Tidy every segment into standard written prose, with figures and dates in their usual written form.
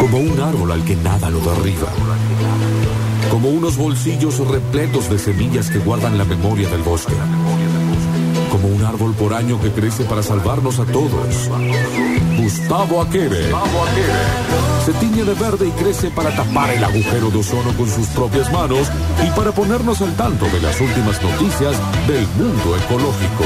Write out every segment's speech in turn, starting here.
como un árbol al que nada lo derriba, como unos bolsillos repletos de semillas que guardan la memoria del bosque, como un árbol por año que crece para salvarnos a todos. Gustavo Aquere se tiñe de verde y crece para tapar el agujero de ozono con sus propias manos y para ponernos al tanto de las últimas noticias del mundo ecológico.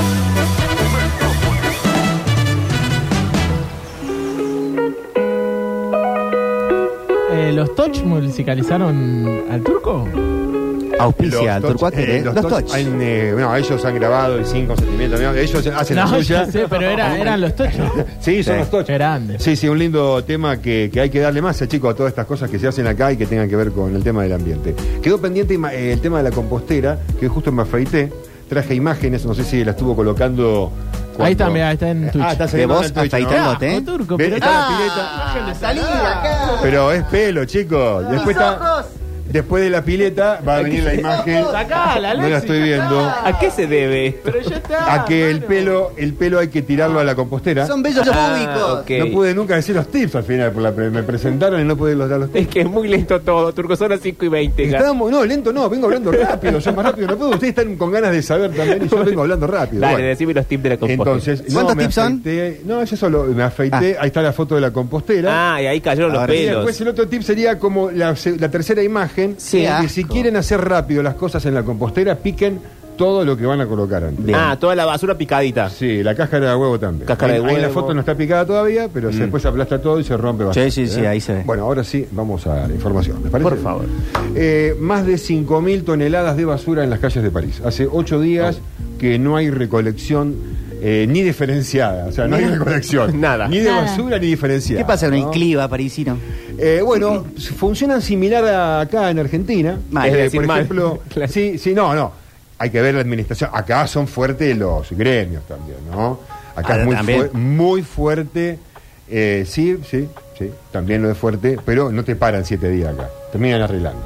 ¿Los Toch musicalizaron al Turco? Auspicia al Turco Aquere. Los Toch ellos han grabado el 5 centímetros. Ellos hacen la suya. Sí, pero eran los Toch. Sí, son los Toch. Grandes. Sí, un lindo tema que hay que darle más, chicos, a todas estas cosas que se hacen acá y que tengan que ver con el tema del ambiente. Quedó pendiente el tema de la compostera, que justo me afeité. Traje imágenes, no sé si la estuvo colocando. Ahí está, mira, está en Twitch. Está de vos afeitándote. Turco, pero pero está la pileta. Salí acá. Pero es pelo, chicos. Después de la pileta va a venir la imagen. Sacala, no la estoy viendo. ¿A qué se debe esto? Pero ya está. A que el pelo hay que tirarlo a la compostera. Son bellos públicos. Okay. No pude nunca decir los tips al final. Me presentaron y no pude dar los tips. Es que es muy lento todo, Turco, son las 5:20. No, lento no, vengo hablando rápido. Yo más rápido no puedo. Ustedes están con ganas de saber también y yo vengo hablando rápido. Dale, Bueno. Decime los tips de la compostera. Entonces, ¿cuántos tips son? No, yo solo me afeité. Ahí está la foto de la compostera. Y ahí cayeron los Ahora, Y pelos. después el otro tip sería como la tercera imagen. Sí, que si quieren hacer rápido las cosas en la compostera, piquen todo lo que van a colocar antes. Bien. Toda la basura picadita. Sí, la cáscara de huevo también. Cáscara de Ahí en la huevo. foto no está picada todavía, pero después se aplasta todo y se rompe bastante. Sí, ahí se ve. Bueno, ahora sí, vamos a la información. ¿Me parece? Por favor. Más de 5.000 toneladas de basura en las calles de París. Hace 8 días que no hay recolección ni diferenciada. O sea, no hay recolección. Nada. Ni de basura ni diferenciada. ¿Qué pasa con el ¿no? clima parisino? Bueno, funcionan similar a acá en Argentina. Mal. Es decir, Por mal. ejemplo, Claro. sí, no. Hay que ver la administración. Acá son fuertes los gremios también, ¿no? Acá es también. muy fuerte. Sí, también lo es fuerte, pero no te paran 7 días acá. Terminan arreglando.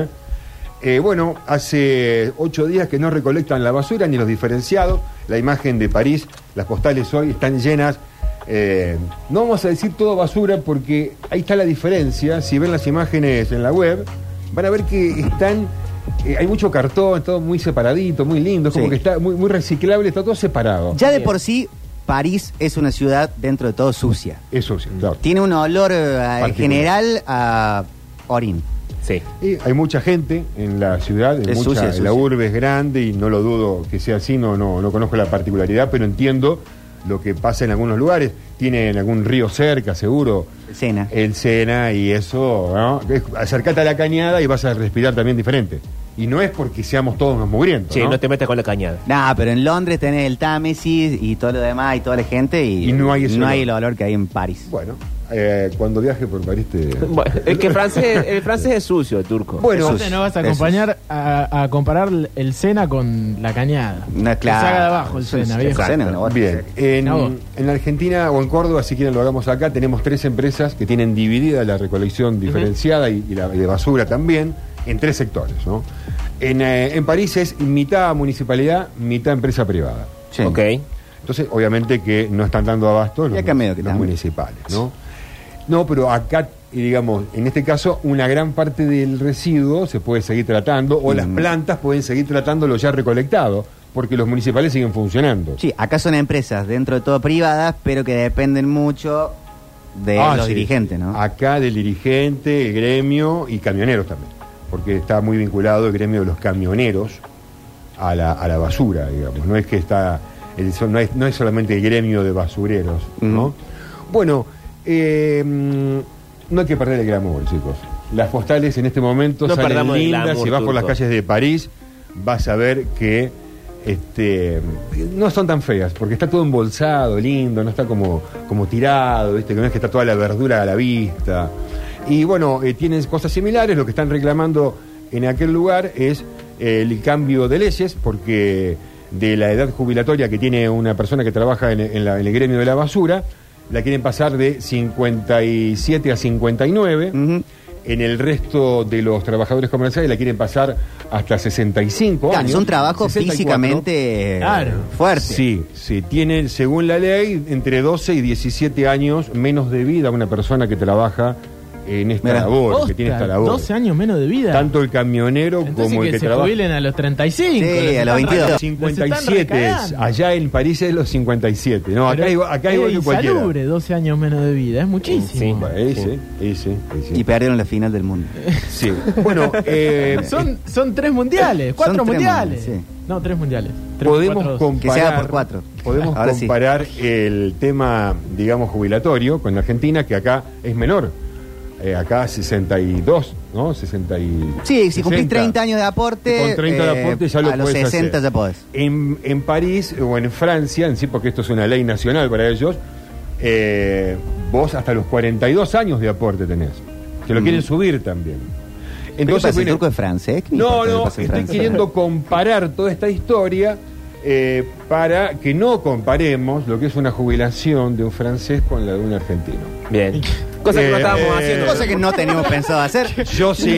Bueno, hace 8 días que no recolectan la basura ni los diferenciados. La imagen de París, las postales hoy están llenas. No vamos a decir todo basura porque ahí está la diferencia. Si ven las imágenes en la web, van a ver que están... hay mucho cartón, todo muy separadito, muy lindo. Es como Sí. que está muy reciclable, está todo separado. Ya de por sí, París es una ciudad dentro de todo sucia. Eso sí, claro. Tiene un olor Particular. general a orín. Sí. Y hay mucha gente en la ciudad, Es sucia. la urbe es grande y no lo dudo que sea así, no conozco la particularidad, pero entiendo lo que pasa en algunos lugares. Tienen algún río cerca, seguro. El Sena y eso, ¿no? Acercate a la cañada y vas a respirar también diferente. Y no es porque seamos todos unos mugrientos, Sí, ¿no? no te metas con la cañada. Nah, pero en Londres tenés el Támesis y todo lo demás y toda la gente y no hay ese olor. el olor que hay en París. Bueno, cuando viaje por París te... Bueno, es que el francés es sucio, Turco. Bueno, Entonces no vas a acompañar a comparar el Sena con la cañada. No, Que claro. se haga de abajo el Sena, viejo. El Sena, no, bien, No. en Argentina o en Córdoba, si quieren lo hagamos acá, tenemos 3 empresas que tienen dividida la recolección diferenciada y de basura también en 3 sectores, ¿no? En París es mitad municipalidad, mitad empresa privada. Sí. Ok. Entonces, obviamente que no están dando abasto Y acá medio que los también. municipales, ¿no? No, pero acá, digamos, en este caso, una gran parte del residuo se puede seguir tratando o las plantas pueden seguir tratando lo ya recolectado, porque los municipales siguen funcionando. Sí, acá son empresas dentro de todo privadas, pero que dependen mucho de los sí. dirigentes, ¿no? Acá del dirigente, el gremio y camioneros también, porque está muy vinculado el gremio de los camioneros a la basura, digamos. No es que está, no es solamente el gremio de basureros, ¿no? Bueno, no hay que perder el glamour, chicos. Las postales en este momento No salen perdamos el lindas. glamour, Si vas por las Turco. calles de París, vas a ver que no son tan feas, porque está todo embolsado, lindo, no está como tirado, ¿viste? Que no es que está toda la verdura a la vista. Y bueno, tienen cosas similares. Lo que están reclamando en aquel lugar es el cambio de leyes, porque de la edad jubilatoria que tiene una persona que trabaja en el gremio de la basura, la quieren pasar de 57 a 59. En el resto de los trabajadores comerciales la quieren pasar hasta 65 Claro, años. son trabajos 64. físicamente fuertes. Sí, tienen, según la ley, entre 12 y 17 años menos de vida una persona que trabaja en esta Mira, labor, que tiene esta labor. 12 años menos de vida. Tanto el camionero Entonces como el que se trabaja. jubilen a los 35. Sí, a los 22. Los están 57 es, recagando. allá en París es los 57. No, acá Pero acá hay igual que cualquiera. insalubre, 12 años menos de vida, es muchísimo. Sí. Bueno, sí. Y perdieron la final del mundo. Sí. Bueno, Son 3 mundiales, 4 Son 3 mundiales. mundiales, No, 3 mundiales. 3, podemos 4, Que sea comparar, por 4. podemos Ahora sí. comparar el tema, digamos, jubilatorio con la Argentina, que acá es menor. Acá 62, ¿no? 60 y Sí, si cumplís 60. 30 años de aporte, Con 30 de aporte ya lo a los podés 60 hacer. ya podés. En París o en Francia, en sí, porque esto es una ley nacional para ellos, vos hasta los 42 años de aporte tenés. Que lo quieren subir también. Entonces, ¿el viene- turco es francés? ¿Qué no, importa lo que no, pasa en estoy Francia? queriendo comparar toda esta historia para que no comparemos lo que es una jubilación de un francés con la de un argentino. Bien. Cosa que no estábamos haciendo. Cosa que no teníamos pensado hacer. Yo sí.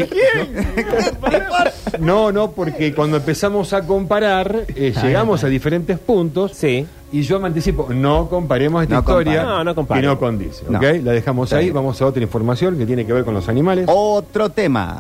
No, porque cuando empezamos a comparar, llegamos a diferentes puntos. Sí. Y yo me anticipo, no comparemos esta No historia compare. No compare. que no condice. No. ¿Ok? La dejamos Está ahí. bien. Vamos a otra información que tiene que ver con los animales. Otro tema.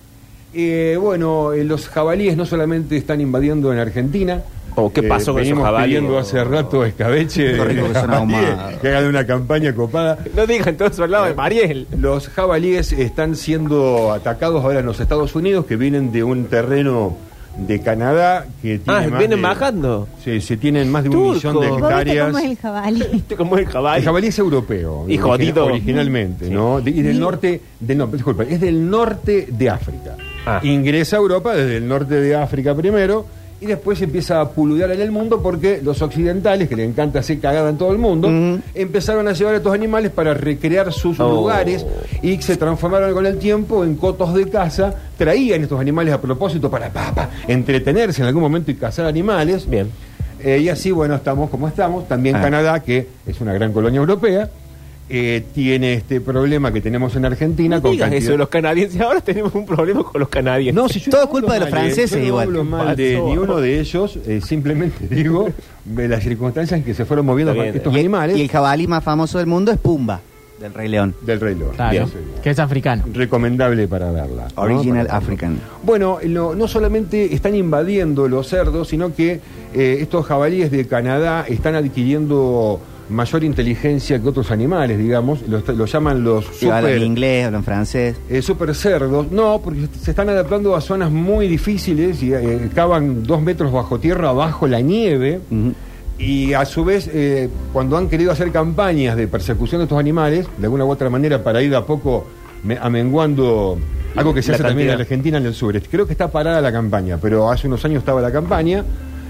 Bueno, los jabalíes no solamente están invadiendo en Argentina. ¿Qué pasó con esos venimos jabalíes? pidiendo hace rato escabeche Qué rico que son jabalíes, ahumados. que hagan una campaña copada. No digan todos al lado de Mariel. Los jabalíes están siendo atacados ahora en los Estados Unidos, que vienen de un terreno de Canadá que tiene más vienen de- bajando. Sí, se tienen más de un Turco. millón de ¿Vos ¿Vos viste hectáreas. cómo es el jabalí? Como el El caballo. jabalí es europeo. Y jodido. Originalmente, Sí. ¿no? Y del norte, disculpa, es del norte de África. Ah. Ingresa a Europa desde el norte de África primero y después empieza a pulular en el mundo porque los occidentales, que le encanta hacer cagada en todo el mundo, empezaron a llevar a estos animales para recrear sus lugares y se transformaron con el tiempo en cotos de caza. Traían estos animales a propósito para entretenerse en algún momento y cazar animales. Bien. Y así, bueno, estamos como estamos. También Canadá, que es una gran colonia europea, tiene este problema que tenemos en Argentina. No con digas cantidad- eso de los canadienses. Ahora tenemos un problema con los canadienses. No, si yo Todo no es culpa hablo de los mal, franceses yo no igual. hablo mal de Pasó. ni uno de ellos, simplemente digo de las circunstancias en que se fueron moviendo Está bien. estos Y animales el jabalí más famoso del mundo es Pumba, del Rey León. del Rey León. Claro, Bien. que es africano. Recomendable para verla, ¿no? Original Para- African. Bueno, no solamente están invadiendo los cerdos, sino que estos jabalíes de Canadá están adquiriendo mayor inteligencia que otros animales, digamos. Lo llaman los Si hablan super, inglés, hablan francés. super cerdos. No, porque se están adaptando a zonas muy difíciles y cavan 2 metros bajo tierra, bajo la nieve. Ujú. Y a su vez, cuando han querido hacer campañas de persecución de estos animales, de alguna u otra manera, para ir de a poco amenguando algo que se La hace también en cantidad. Argentina, en el sur. Creo que está parada la campaña, pero hace unos años estaba la campaña.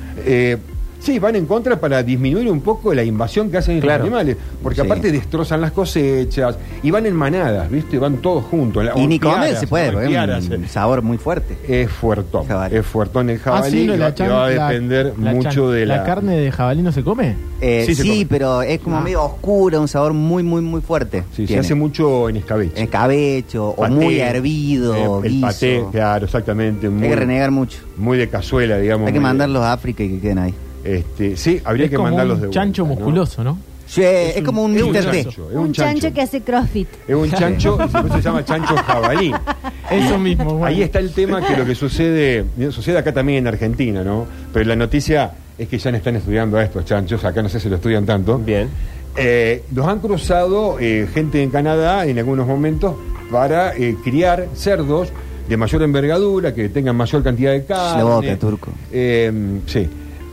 Sí, van en contra para disminuir un poco la invasión que hacen Claro. los animales, porque Sí. aparte destrozan las cosechas y van en manadas, ¿viste? Van todos juntos. Y ni O piaras, comer se puede, ¿no? porque Piaras, es un sabor muy fuerte. es fuertón, Jabalí. es fuertón el jabalí, sí, que va a depender mucho de ¿La carne de jabalí no se come? Sí, se come. Sí, pero es como medio oscura, un sabor muy, muy, muy fuerte. Sí, se tiene. hace mucho en escabeche. En escabecho, o Paté, muy hervido, el guiso. paté, claro, exactamente. Hay que renegar mucho. muy de cazuela, digamos. Hay que muy- mandarlos a África y que queden ahí. Sí, habría Es que como mandarlos un de chancho vuelta, ¿no? musculoso, ¿no? Sí, es como un es un Mr. T. chancho, es Un chancho que hace crossfit. Es un chancho, y por eso se llama chancho jabalí. Eso mismo. bueno. Ahí está el tema, que lo que sucede acá también en Argentina, ¿no? Pero la noticia es que ya no están estudiando a estos chanchos, acá no sé si lo estudian tanto. Bien. Los han cruzado gente en Canadá en algunos momentos para criar cerdos de mayor envergadura, que tengan mayor cantidad de carne. La boca, turco. Sí.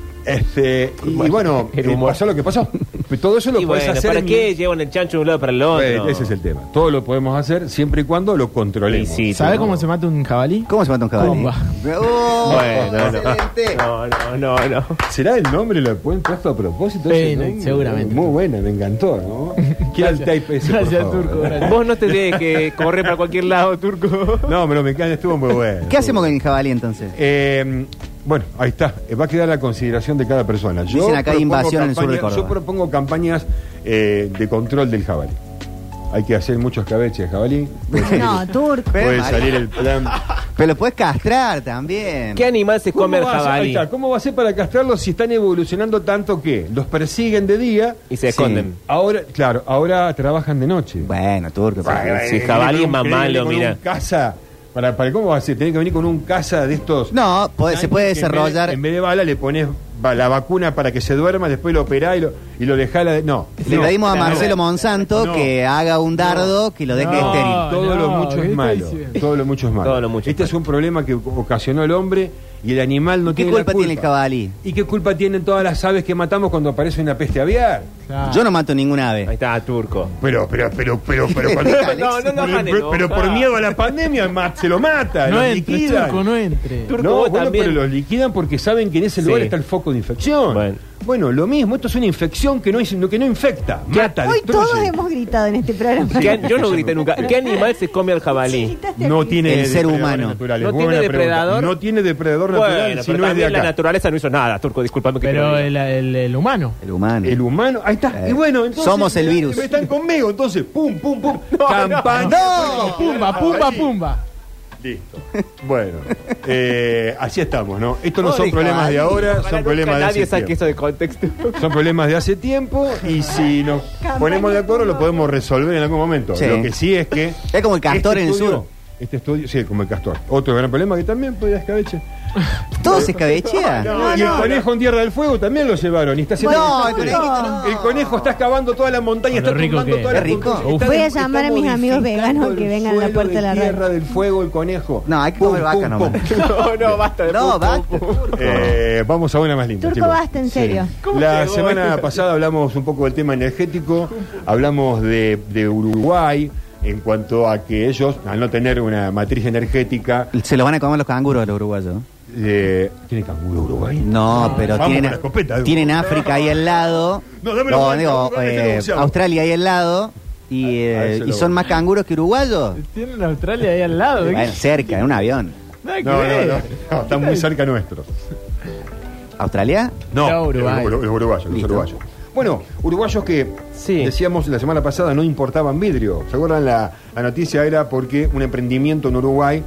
Y bueno, El humor. pasó lo que pasó. Todo eso lo Y puedes bueno, hacer. ¿para qué llevan el chancho de un lado para el otro? Ese es el tema. Todo lo podemos hacer siempre y cuando lo controlemos. Sí, sí. ¿Sabes no. cómo se mata un jabalí? ¿Cómo se mata un jabalí? Bomba. ¡Oh, Bueno, excelente! no. ¿Será el nombre lo pueden puesto a propósito? ese Sí, nombre? seguramente. Muy buena, me encantó, ¿no? Quiero el type ese, por Gracias, favor. Turco. Gracias. Vos no te dejes correr para cualquier lado, turco. No, pero me encanta, estuvo muy bueno. ¿Qué hacemos con el jabalí entonces? Bueno, ahí está. Va a quedar a la consideración de cada persona. Dicen acá hay propongo invasión en el sur de campañas- Córdoba. Yo propongo campañas de control del jabalí. Hay que hacer muchos escabeches de jabalí. Puede salir- No, turco. Pero, Puede María. salir el plan. Pero lo puedes castrar también. ¿Qué animal se come el ¿Cómo va a ser- ahí jabalí? está, ¿cómo va a ser para castrarlos si están evolucionando tanto que los persiguen de día? Y se esconden. Ahora, claro, ahora trabajan de noche. Bueno, turco. pero- Si jabalí es más Tiene que venir malo, con mira. un caza, ¿cómo va a ser? Tiene que venir con un caza de estos. No, se puede que en vez de- desarrollar. En vez de bala le pones la vacuna para que se duerma, después lo operás y lo dejás. No. Le No. pedimos a Marcelo No. Monsanto No. que haga un dardo que lo deje No. estéril. Todo lo no, mucho ¿qué es está malo. diciendo? Todo lo mucho es malo. Todo lo mucho Este es es un problema que ocasionó el hombre y el animal no ¿Qué tiene culpa la tiene el jabalí? ¿Y qué culpa tienen todas las aves que matamos cuando aparece una peste aviar? Claro. Yo no mato ninguna Ahí ave. está, turco. Pero cuando- No, pero por miedo a la pandemia se lo mata, No los entre, liquidan. Turco, no entre. Turco, No, vos bueno, también. pero los liquidan porque saben que en ese lugar Sí. está el foco de infección. Bueno. Lo mismo, esto es una infección que no infecta, mata, Hoy destruye. todos hemos gritado en este programa. Yo no grité nunca. ¿Qué animal se come al jabalí? Gritaste No aquí. tiene El ser depredadores humano. naturales. ¿No Buena tiene pregunta. depredador? No tiene depredador natural Bueno, si pero no es de también la acá. naturaleza no hizo nada, turco, disculpame que te Pero lo diga. el humano. El humano. El humano, ahí está. Eh, Y bueno, entonces somos el virus. Están conmigo, entonces, pum, pum, pum. Campaña. No. Pumba, pumba, pumba. Listo. Bueno, así estamos, ¿no? Estos no Pobre son problemas de caballo. ahora, Ojalá son problemas de nadie hace saque tiempo. eso de contexto. Son problemas de hace tiempo y si nos ponemos de acuerdo lo podemos resolver en algún momento. Sí. Lo que sí es que... Es como el castor en el sur. Este estudio, sí, como el castor. Otro gran problema que también podía escabeche. ¿Todo se escabechea? Y el conejo en Tierra del Fuego también lo llevaron. Y está haciendo No, un el desastre. conejito no. El conejo está excavando toda la montaña, Con está lo rico tumbando que toda es. la ¿Es rico? montaña. Uf. Voy a Está llamar a mis amigos modificando veganos que el vengan a la suelo puerta de la radio. Tierra del Fuego, el conejo. No, hay que comer vaca nomás. No, basta de No, punto. basta. Vamos a una más linda. Turco, chicos. basta, en serio. La llegó semana esto? pasada hablamos un poco del tema energético, hablamos de Uruguay en cuanto a que ellos, al no tener una matriz energética, Se lo van a comer los canguros los uruguayos. ¿tiene canguro Uruguay? No, pero Vamos tienen, con la escopeta, Edu. tienen África ahí al lado. No, dame la No, mano, digo, dame la negociamos. Australia ahí al lado. Y, eso y lo son voy. más canguros que uruguayos. Tienen Australia ahí al lado. ¿eh? Bueno, cerca, en un avión. Nada que No, ver. no, están muy cerca nuestros. ¿Australia? No, Uruguay. Los uruguayos, los Listo. uruguayos. Bueno, uruguayos que Sí. decíamos la semana pasada no importaban vidrio. ¿Se acuerdan? La noticia era porque un emprendimiento en Uruguay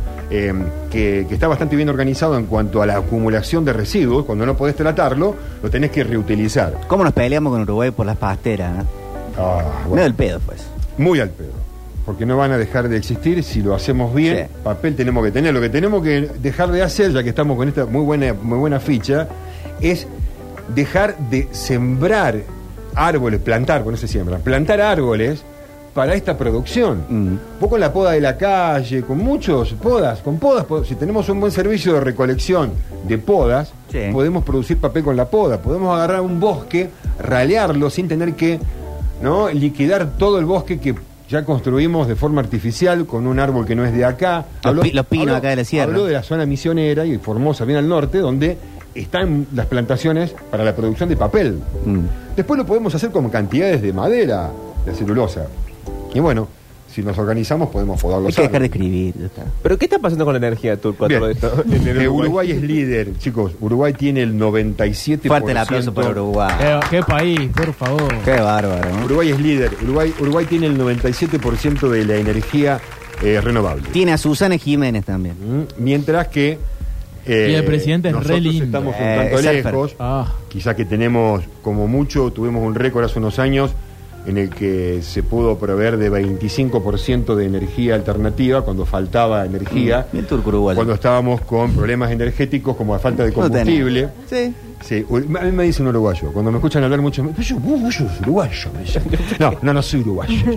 que está bastante bien organizado en cuanto a la acumulación de residuos, cuando no podés tratarlo, lo tenés que reutilizar. ¿Cómo nos peleamos con Uruguay por las pasteras? ¿no? Ah, Medio bueno, del pedo, pues. muy al pedo. Porque no van a dejar de existir si lo hacemos bien. Sí. Papel tenemos que tener. Lo que tenemos que dejar de hacer, ya que estamos con esta muy buena ficha, es dejar de sembrar árboles, plantar, pues no se siembran, plantar árboles para esta producción. Mm. Vos con la poda de la calle, con muchos podas, si tenemos un buen servicio de recolección de podas, Sí. podemos producir papel con la poda, podemos agarrar un bosque, ralearlo sin tener que, ¿no?, liquidar todo el bosque que ya construimos de forma artificial con un árbol que no es de acá. Los pinos acá de la sierra. Habló de la zona misionera y Formosa, bien al norte, donde están las plantaciones para la producción de papel. Mm. Después lo podemos hacer con cantidades de madera, de celulosa. Y bueno, si nos organizamos podemos podar Hay los que dejar de árboles. escribir. Ya está. ¿Pero qué está pasando con la energía, turco, a Bien. todo esto? En el Uruguay es líder, chicos. Uruguay tiene el 97%. Fuerte el aplauso para Uruguay. ¿Qué país, por favor? Qué bárbaro. ¿no? Uruguay es líder. Uruguay tiene el 97% de la energía renovable. Tiene a Susana Jiménez también. Mientras que Y el presidente es re nosotros lindo. estamos un tanto Es surfer. lejos. Ah, Quizá que tenemos, como mucho, tuvimos un récord hace unos años en el que se pudo proveer de 25% de energía alternativa cuando faltaba energía, Bien turco uruguayo. cuando estábamos con problemas energéticos como la falta de No combustible. tenés. Sí. Sí, a mí me dice un uruguayo, cuando me escuchan hablar mucho, vos sos uruguayo, me dicen. No soy uruguayo. yo.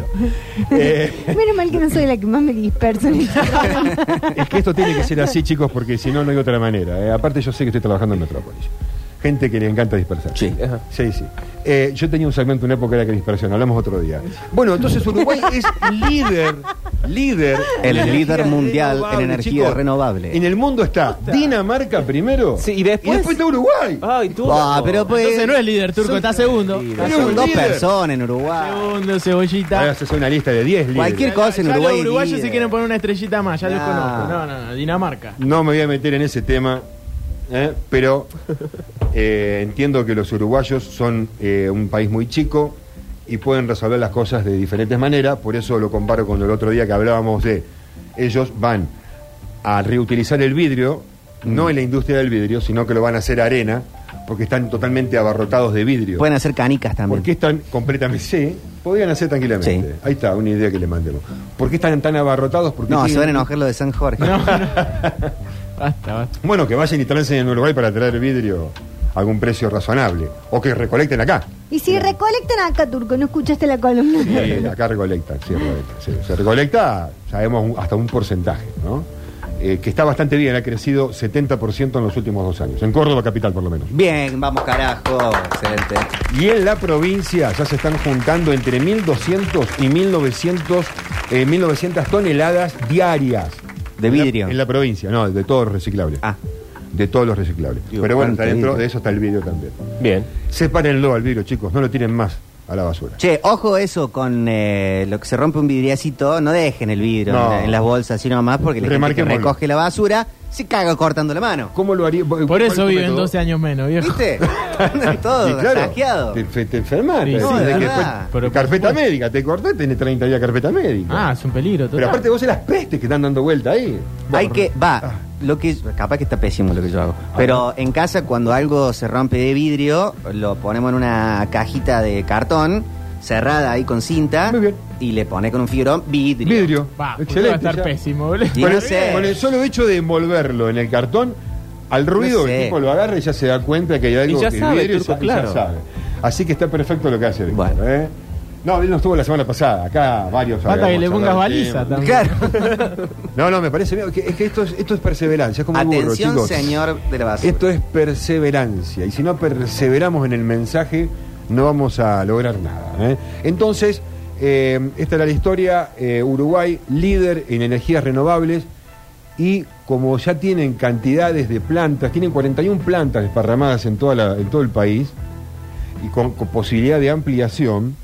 Menos mal que no soy la que más me disperso en este programa. Es que esto tiene que ser así, chicos, porque si no, no hay otra manera. Aparte, yo sé que estoy trabajando en Metrópolis. Gente que le encanta dispersar. Sí. Ajá. Sí. Yo tenía un segmento en una época era que dispersión, hablamos otro día. Bueno, entonces Uruguay es líder. El en líder energía mundial en energía chicos. renovable. En el mundo está Dinamarca primero. Sí, y después- está Uruguay. Ay, turco. Ah, pero pues. entonces no es líder turco, está segundo. Son Pero un dos líder. personas en Uruguay. Segundo, cebollita. Ahora hacer una lista de 10 líderes. Cualquier cosa en Ya Uruguay. Los uruguayos líder. se quieren poner una estrellita más, ya los No. conozco. No, Dinamarca. No me voy a meter en ese tema, pero entiendo que los uruguayos son un país muy chico y pueden resolver las cosas de diferentes maneras, por eso lo comparo con el otro día que hablábamos de ellos van a reutilizar el vidrio, no en la industria del vidrio, sino que lo van a hacer arena, porque están totalmente abarrotados de vidrio. Pueden hacer canicas también. ¿Por qué están completamente? Sí, podrían hacer tranquilamente. Sí. Ahí está, una idea que le mandemos. ¿Por qué están tan abarrotados? Porque No, se siguen- van a enojar los de San Jorge. No, no. Basta. Bueno, que vayan y trancen en Uruguay para traer vidrio a algún precio razonable. O que recolecten acá. Y si recolectan acá, Turco, ¿no escuchaste la columna? Sí, acá recolectan, sí, recolectan, sí. Se recolecta, sabemos, hasta un porcentaje, ¿no? Que está bastante bien, ha crecido 70% en los últimos 2 años. En Córdoba capital, por lo menos. Bien, vamos carajo. Excelente. Y en la provincia ya se están juntando entre 1.200 y 1.900 toneladas diarias. De vidrio. En la provincia, no, de todos los reciclables. Ah. De todos los reciclables. Digo, Pero bueno, ¿cuánto dentro vidrio? de eso está el vidrio también. Bien. Sepárenlo al vidrio, chicos, no lo tiren más a la basura. Che, ojo eso con lo que se rompe un vidriacito, no dejen el vidrio No. en las bolsas así nomás, porque la gente que Remarquémoslo. recoge la basura se caga cortando la mano. ¿Cómo lo haría? Por eso viven 12 años menos, viejo. ¿Viste? Andan todos Y claro, saqueados. te enfermaste. Sí, No, sí, de de verdad. Pero por carpeta supuesto. médica, te corté, tenés 30 días carpeta médica. Ah, es un peligro total. Pero aparte vos las pestes que están dando vuelta ahí. Hay que, lo que capaz que está pésimo lo que yo hago. Pero en casa cuando algo se rompe de vidrio, lo ponemos en una cajita de cartón cerrada ahí con cinta. Muy bien. Y le pone con un fibrón vidrio. Vidrio. Va, ¿por qué Excelente. va a estar ya. pésimo, boludo? Y Con, no el, sé. con el solo hecho de envolverlo en el cartón, al ruido No sé. el tipo lo agarra y ya se da cuenta que hay algo Y ya que sabe, vidrio y Turco, ya claro. sabe. Así que está perfecto lo que hace Víctor, Bueno. ¿eh? No, él no estuvo la semana pasada. Acá varios. Falta que habíamos le pongas hablado del baliza tema. también. Claro. No, me parece bien. Es que esto es perseverancia. Es como el burro, Atención, chicos. señor de la basura. Esto es perseverancia. Y si no perseveramos en el mensaje, no vamos a lograr nada. ¿eh? Entonces, esta era la historia. Uruguay, líder en energías renovables. Y como ya tienen cantidades de plantas, tienen 41 plantas desparramadas en todo el país, y con posibilidad de ampliación,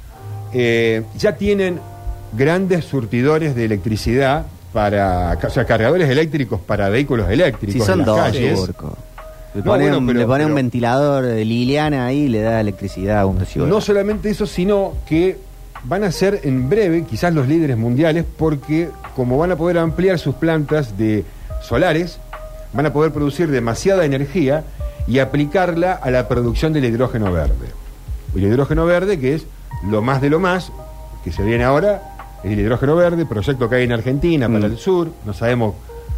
ya tienen grandes surtidores de electricidad o sea, cargadores eléctricos para vehículos eléctricos Si en son las dos, calles. Turco. Le No, pone, bueno, un, pero- le pone un pero- ventilador de Liliana ahí y le da electricidad a una ciudad. No solamente eso, sino que van a ser en breve quizás los líderes mundiales, porque como van a poder ampliar sus plantas de solares, van a poder producir demasiada energía y aplicarla a la producción del hidrógeno verde. El hidrógeno verde, que es lo más de lo más, que se viene ahora, es el hidrógeno verde, proyecto que hay en Argentina para el sur, no sabemos,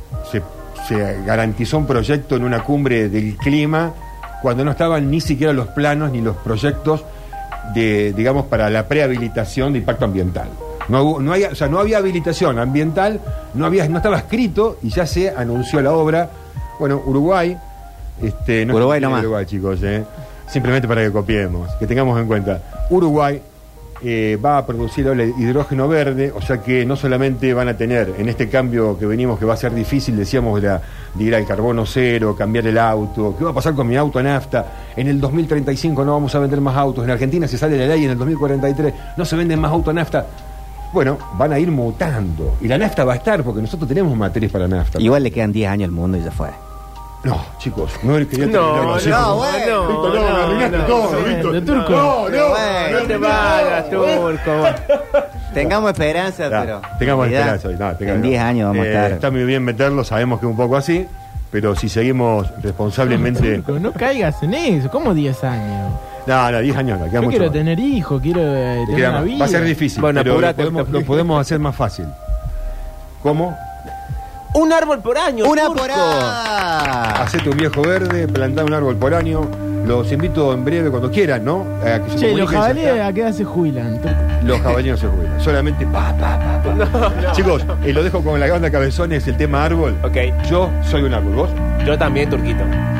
se garantizó un proyecto en una cumbre del clima cuando no estaban ni siquiera los planos ni los proyectos digamos, para la prehabilitación de impacto ambiental. No había habilitación ambiental, no estaba escrito y ya se anunció la obra. Bueno, Uruguay, no Uruguay es que nomás. Uruguay, chicos, simplemente para que copiemos, que tengamos en cuenta. Uruguay va a producir ahora hidrógeno verde, o sea que no solamente van a tener en este cambio que venimos, que va a ser difícil, decíamos, de ir al carbono cero, cambiar el auto. ¿Qué va a pasar con mi auto a nafta? En el 2035 no vamos a vender más autos. En Argentina se sale la ley, en el 2043 no se venden más autos a nafta. Bueno, van a ir mutando. Y la nafta va a estar, porque nosotros tenemos matriz para nafta. Igual le quedan 10 años al mundo y ya fue. No, chicos, no quería No, terminar así. no, bueno. Víctor, me arruinaste todo, Víctor. de Turco. No, Pero bueno, No te vayas, Turco. Tengamos esperanza, Ya, pero. tengamos Mirá, esperanza. No, en 10 años vamos a estar. Está muy bien meterlo, sabemos que es un poco así, pero si seguimos responsablemente. Turco, no caigas en eso. ¿Cómo 10 años? No, 10 años no, queda Yo mucho quiero más. tener hijos, quiero Te tener queda una más. vida. Va a ser difícil, Bueno, pero apurate, lo podemos hacer más fácil. ¿Cómo? Un árbol por año. ¡Una Turco. por ahí! Hacete un viejo verde, plantá un árbol por año. Los invito en breve, cuando quieran, ¿no? A que se Che, los comuniquen, jabalíes ya está. a qué edad se jubilan. Turco? Los jabalíes se jubilan. Solamente Chicos, lo dejo con la banda Cabezones, el tema árbol. Ok. Yo soy un árbol, ¿vos? Yo también, Turquito.